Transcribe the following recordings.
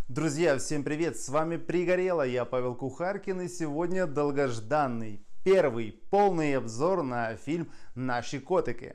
Друзья, всем привет! С вами Пригорело, я Павел Кухаркин, и сегодня долгожданный первый полный обзор на фильм «Наши котики».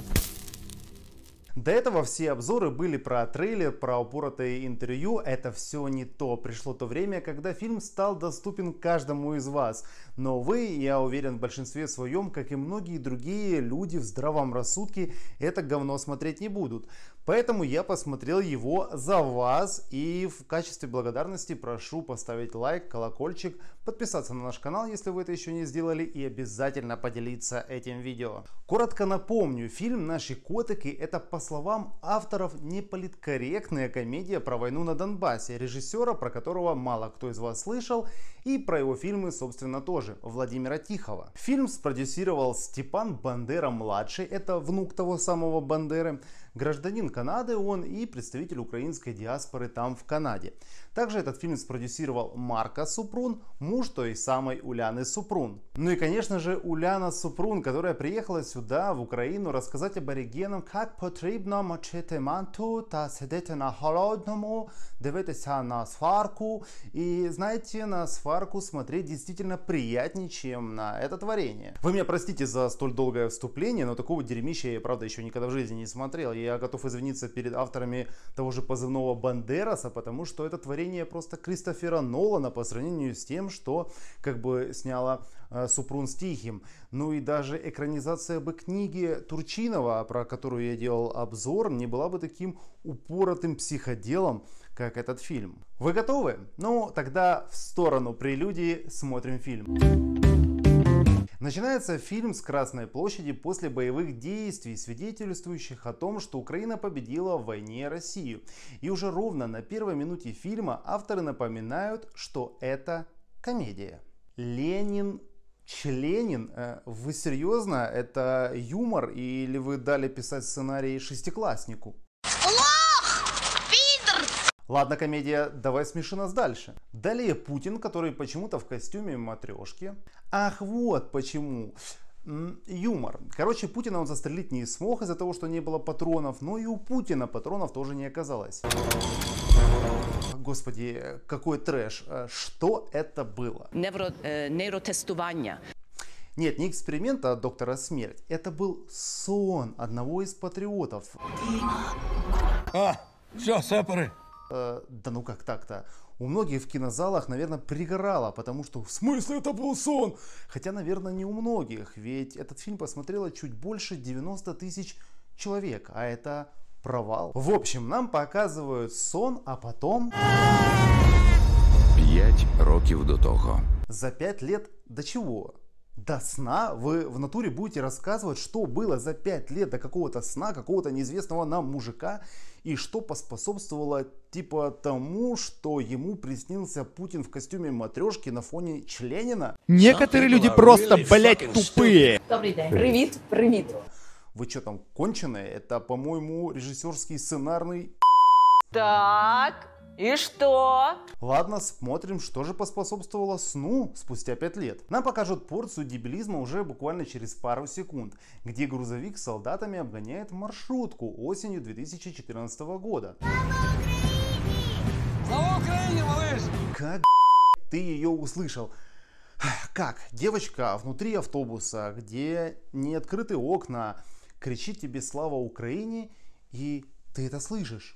До этого все обзоры были про трейлер, про упоротое интервью. Это все не то. Пришло то время, когда фильм стал доступен каждому из вас. Но вы, я уверен, в большинстве своем, как и многие другие люди в здравом рассудке, это говно смотреть не будут. Поэтому я посмотрел его за вас и в качестве благодарности прошу поставить лайк, колокольчик, подписаться на наш канал, если вы это еще не сделали, и обязательно поделиться этим видео. Коротко напомню, фильм «Наши котики» — это, по словам авторов, неполиткорректная комедия про войну на Донбассе, режиссера, про которого мало кто из вас слышал, и про его фильмы, собственно, тоже, Владимира Тихого. Фильм спродюсировал Степан Бандера-младший, это внук того самого Бандеры, гражданин Канады он и представитель украинской диаспоры там в Канаде. Также этот фильм спродюсировал Марко Супрун, муж той самой Уляны Супрун. Ну и, конечно же, Уляна Супрун, которая приехала сюда, в Украину, рассказать аборигенам, как потрібно мочити манту та сидіти на холодному, дивитися на сварку. И знаете, на сварку смотреть действительно приятнее, чем на это творение. Вы меня простите за столь долгое вступление, но такого дерьмища я, правда, еще никогда в жизни не смотрел. Я готов извиниться перед авторами того же позывного Бандераса, потому что это творение просто Кристофера Нолана по сравнению с тем, что как бы сняла Супрун с Тихим. Ну и даже экранизация бы книги Турчинова, про которую я делал обзор, не была бы таким упоротым психоделом, как этот фильм. Вы готовы? Ну, тогда в сторону прелюдии смотрим фильм. Начинается фильм с Красной площади после боевых действий, свидетельствующих о том, что Украина победила в войне Россию. И уже ровно на первой минуте фильма авторы напоминают, что это комедия. Ленин членин? Вы серьезно? Это юмор? Или вы дали писать сценарий шестикласснику? Ладно, комедия, давай смеши нас дальше. Далее Путин, который почему-то в костюме матрешки. Ах, вот почему. Юмор. Короче, Путина он застрелить не смог из-за того, что не было патронов, но и у Путина патронов тоже не оказалось. Господи, какой трэш. Что это было? Нейротестування. Нет, не эксперимент от доктора Смерть. Это был сон одного из патриотов. Все, сепари. Да ну как так-то? У многих в кинозалах, наверное, пригорало, потому что в смысле это был сон? Хотя, наверное, не у многих, ведь этот фильм посмотрело чуть больше 90 тысяч человек, а это провал. В общем, нам показывают сон, а потом... 5 років до того. За 5 лет до чего? До сна? Вы в натуре будете рассказывать, что было за 5 лет до какого-то сна, какого-то неизвестного нам мужика, и что поспособствовало типа тому, что ему приснился Путин в костюме матрешки на фоне членина? Некоторые люди просто, блять, тупые. Добрий день. Привіт, привіт. Вы что там, конченые? Это, по-моему, режиссерский сценарный... Так, и что? Ладно, смотрим, что же поспособствовало сну спустя 5 лет. Нам покажут порцию дебилизма уже буквально через пару секунд, где грузовик с солдатами обгоняет маршрутку осенью 2014 года. Слава Украине, малыш! Как ты ее услышал? Как? Девочка внутри автобуса, где не открыты окна, кричит тебе «Слава Украине», и ты это слышишь.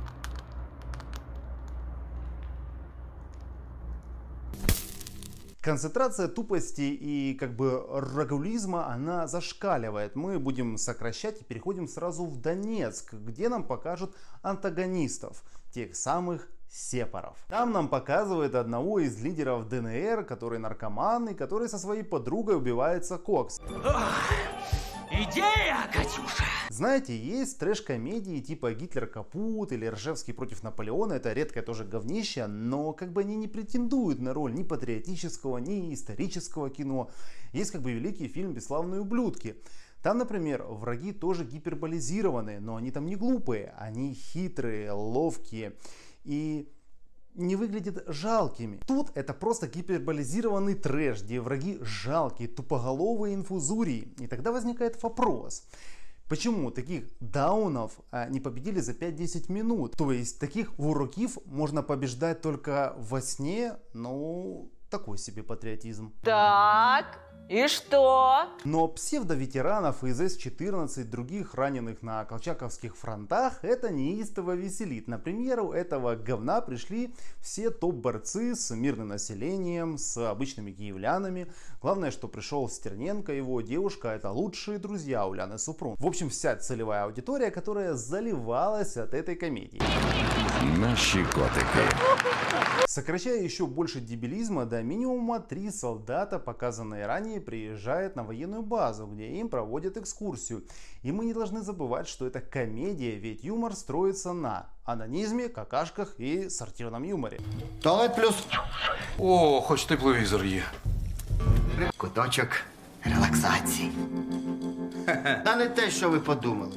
Концентрация тупости и как бы рагулизма, она зашкаливает. Мы будем сокращать и переходим сразу в Донецк, где нам покажут антагонистов, тех самых сепаров. Там нам показывают одного из лидеров ДНР, который наркоман и который со своей подругой убивается кокс. Идея, Катюша! Знаете, есть трэш-комедии типа «Гитлер капут» или «Ржевский против Наполеона». Это редкое тоже говнище, но как бы они не претендуют на роль ни патриотического, ни исторического кино. Есть как бы великий фильм «Бесславные ублюдки». Там, например, враги тоже гиперболизированы, но они там не глупые, они хитрые, ловкие и не выглядят жалкими. Тут это просто гиперболизированный трэш, где враги жалкие, тупоголовые инфузурии. И тогда возникает вопрос. Почему таких даунов не победили за 5-10 минут? То есть таких вуроків можно побеждать только во сне? Ну, такой себе патриотизм. Так, и что? Но псевдоветеранов из С-14, других раненых на колчаковских фронтах, это неистово веселит. Например, у этого говна пришли все топ-борцы с мирным населением, с обычными киевлянами. Главное, что пришел Стерненко, его девушка, это лучшие друзья Уляны Супрун. В общем, вся целевая аудитория, которая заливалась от этой комедии. Наші котики. Сокращая еще больше дебилизма, до минимума 3 солдата, показанные ранее, приезжают на военную базу, где им проводят экскурсию. И мы не должны забывать, что это комедия, ведь юмор строится на анонизме, какашках и сортирном юморе. Туалет плюс. О, хоч тепловізор є. Куточок релаксації. Та не те, що ви подумали.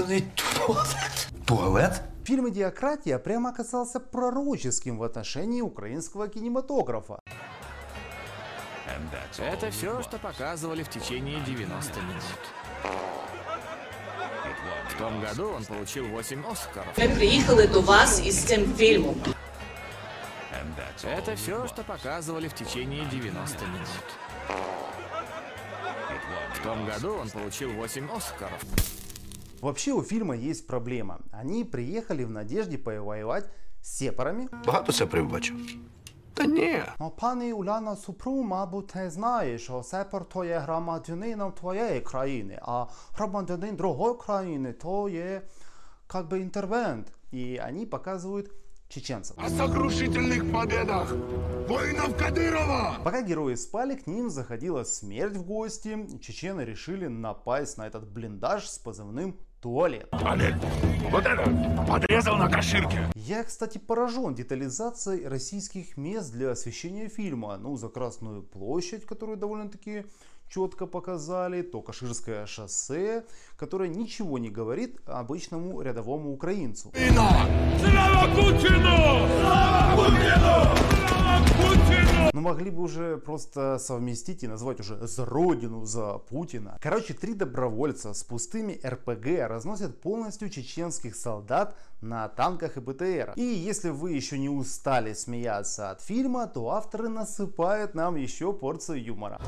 Туалет? Фильм «Идиократия» прямо оказался пророческим в отношении украинского кинематографа. Это все, что показывали в течение 90 минут. В том году он получил 8 Оскаров. Ми приїхали до вас із цим фільмом. Это все, что показывали в течение 90 минут. В том году он получил 8 Оскаров. Вообще у фильма есть проблема. Они приехали в надежде повоевать с сепарами. Багато це бачив? Та ні. Но пані Уляна Супрун, мабуть, не знає, що сепар то є громадянином твоєї країни, а громадянин другої країни то є как бы интервент. И они показывают чеченцев. О сокрушительных победах воинов Кадырова! Пока герои спали, к ним заходила смерть в гости. Чечены решили напасть на этот блиндаж с позывным «Туалет». Олег, вот это подрезал на каширке. Я, кстати, поражен детализацией российских мест для освещения фильма. Ну, за Красную площадь, которую довольно-таки четко показали, то Каширское шоссе, которое ничего не говорит обычному рядовому украинцу. Слава Путину! Слава Путину! Слава Путину! Но могли бы уже просто совместить и назвать уже «За Родину», «За Путина». Короче, 3 добровольца с пустыми РПГ разносят полностью чеченских солдат на танках и БТР. И если вы еще не устали смеяться от фильма, то авторы насыпают нам еще порцию юмора.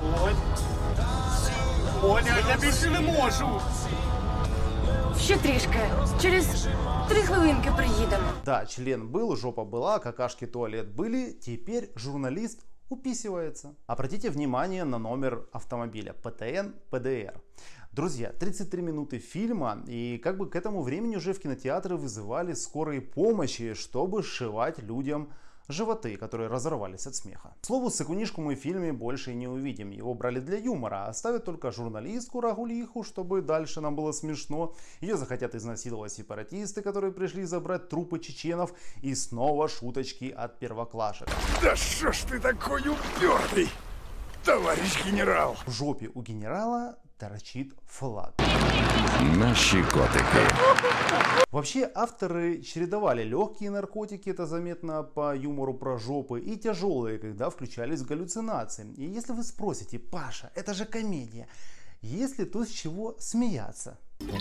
Оля, я більше не можу! Ще трішки. Через 3 хвилинки приїдемо. Да, член был, жопа была, какашки, туалет были. Теперь журналист уписывается. Обратите внимание на номер автомобиля ПТН ПДР. Друзья, 33 минуты фильма, и как бы к этому времени уже в кинотеатры вызывали скорые помощи, чтобы сшивать людям животы, которые разорвались от смеха. К слову, сыкунишку мы в фильме больше не увидим. Его брали для юмора. Оставят только журналистку Рагулиху, чтобы дальше нам было смешно. Ее захотят изнасиловать сепаратисты, которые пришли забрать трупы чеченов. И снова шуточки от первоклашек. Да что ж ты такой упертый, товарищ генерал? В жопе у генерала торчит флаг. Наші котики. Вообще, авторы чередовали легкие наркотики, это заметно по юмору про жопы, и тяжелые, когда включались галлюцинации. И если вы спросите: Паша, это же комедия, есть ли то, с чего смеяться?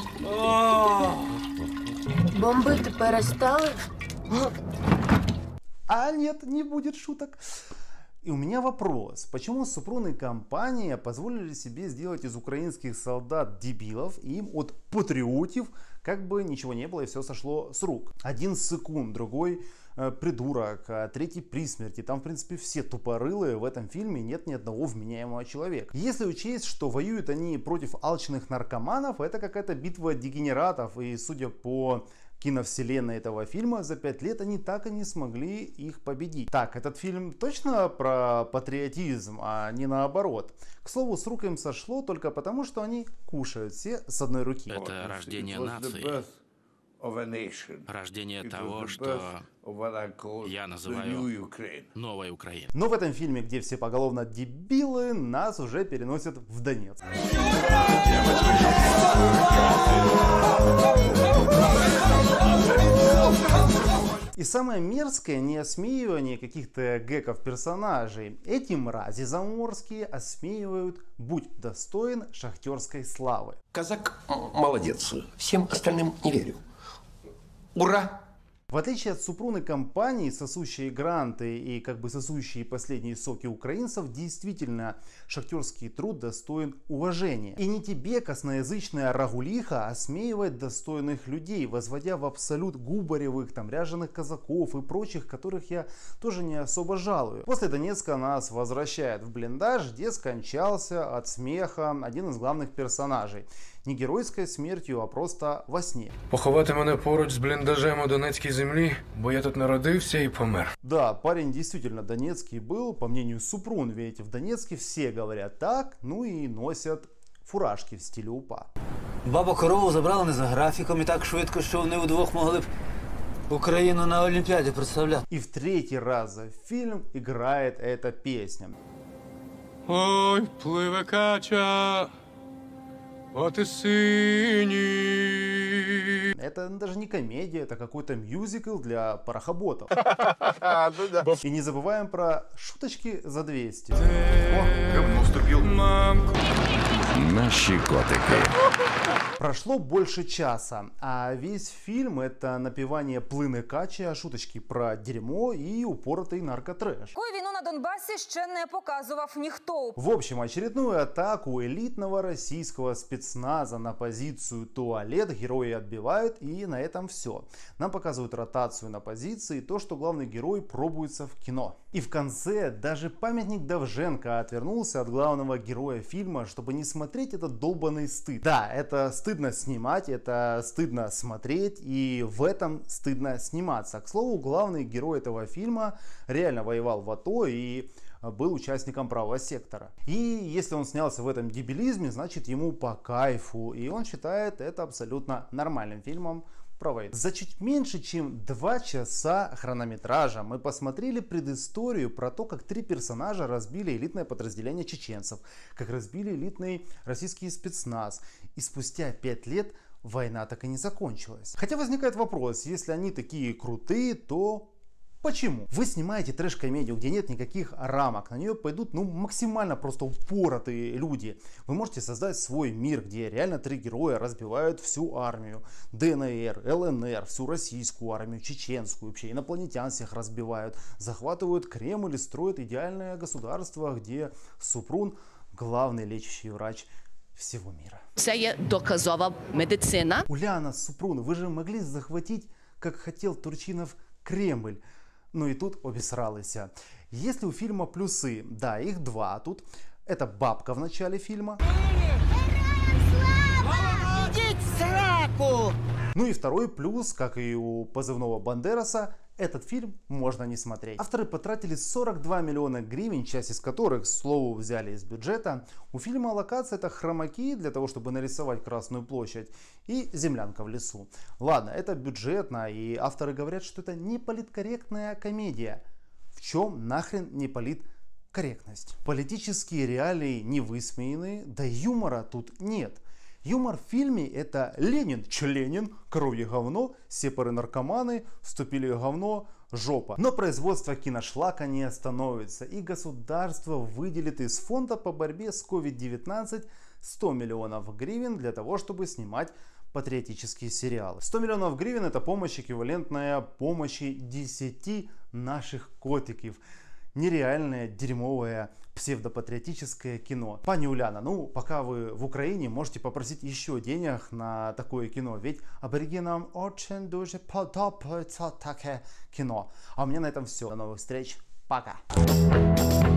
Бомбити перестали? А нет, не будет шуток. И у меня вопрос, почему Супрун и компания позволили себе сделать из украинских солдат дебилов, и им от патриотов как бы ничего не было и все сошло с рук. Один сыкун, другой придурок, третий при смерти. Там в принципе все тупорылые, в этом фильме нет ни одного вменяемого человека. Если учесть, что воюют они против алчных наркоманов, это какая-то битва дегенератов, и судя по киновселенной этого фильма, за 5 лет они так и не смогли их победить. Так, этот фильм точно про патриотизм, а не наоборот. К слову, с рук им сошло только потому, что они кушают все с одной руки. Это рождение нации. Рождение того, что я называю новой Украиной. Но в этом фильме, где все поголовно дебилы, нас уже переносят в Донецк. И самое мерзкое не осмеивание каких-то геков-персонажей. Эти мрази заморские осмеивают «Будь достоин шахтерской славы». Казак молодец. Всем остальным не верю. Ура! В отличие от Супрун и компании, сосущие гранты и как бы сосущие последние соки украинцев, действительно шахтерский труд достоин уважения. И не тебе, косноязычная рагулиха, осмеивает достойных людей, возводя в абсолют губаревых, там, ряженых казаков и прочих, которых я тоже не особо жалую. После Донецка нас возвращает в блиндаж, где скончался от смеха один из главных персонажей. Не геройской смертью, а просто во сне. Поховати мене поруч з бліндажем у Донецькій землі, бо я тут народився і помер. Да, парень действительно донецкий был, по мнению Супрун, ведь в Донецке все говорят так, ну и носят фуражки в стиле УПА. Бабу корову забрали не за графіком і так швидко, що вони удвох могли б Україну на Олімпіаді представляти. И в третий раз за фильм играет эта песня. Ой, пливе кача, от и синій. Это даже не комедия, это какой-то мюзикл для парохоботов. И не забываем про шуточки за 200. Говно вступил. Наші котики. Прошло больше часа, а весь фильм это напевание плыны кача, шуточки про дерьмо и упоротый наркотрэш. Таку війну на Донбасі ще не показував ніхто. В общем, очередную атаку элитного российского спецназа на позицию туалет герои отбивают, и на этом все. Нам показывают ротацию на позиции, то, что главный герой пробуется в кино. И в конце даже памятник Довженко отвернулся от главного героя фильма, чтобы не смотреть этот долбанный стыд. Да, это стыдно снимать, это стыдно смотреть, и в этом стыдно сниматься. К слову, главный герой этого фильма реально воевал в АТО и был участником правого сектора. И если он снялся в этом дебилизме, значит ему по кайфу, и он считает это абсолютно нормальным фильмом про войну. За чуть меньше, чем 2 часа хронометража мы посмотрели предысторию про то, как 3 персонажа разбили элитное подразделение чеченцев, как разбили элитный российский спецназ. И спустя 5 лет война так и не закончилась. Хотя возникает вопрос, если они такие крутые, то почему? Вы снимаете трэш-комедию, где нет никаких рамок, на нее пойдут максимально просто упоротые люди. Вы можете создать свой мир, где реально 3 героя разбивают всю армию. ДНР, ЛНР, всю российскую армию, чеченскую, вообще инопланетян всех разбивают. Захватывают Кремль и строят идеальное государство, где Супрун главный лечащий врач всего мира. Це є доказова медицина. Уляна, Супрун, вы же могли захватить, как хотел Турчинов, Кремль. Ну и тут обесралися. Если у фильма плюсы, да, их 2 тут. Это бабка в начале фильма. Ну и второй плюс, как и у позывного Бандераса, этот фильм можно не смотреть. Авторы потратили 42 миллиона гривен, часть из которых, к слову, взяли из бюджета. У фильма локация это хромаки для того, чтобы нарисовать Красную площадь, и землянка в лесу. Ладно, это бюджетно, и авторы говорят, что это не политкорректная комедия. В чем нахрен не политкорректность? Политические реалии не высмеяны, да юмора тут нет. Юмор в фильме это Ленин, Членин, коровье говно, сепары-наркоманы, вступили в говно, жопа. Но производство киношлака не остановится, и государство выделит из фонда по борьбе с COVID-19 100 миллионов гривен для того, чтобы снимать патриотические сериалы. 100 миллионов гривен это помощь, эквивалентная помощи 10 наших котиков. Нереальное, дерьмовое, псевдопатриотическое кино. Пани Уляна, ну, пока вы в Украине, можете попросить еще денег на такое кино, ведь аборигенам очень дуже подобается такое кино. А у меня на этом все. До новых встреч. Пока.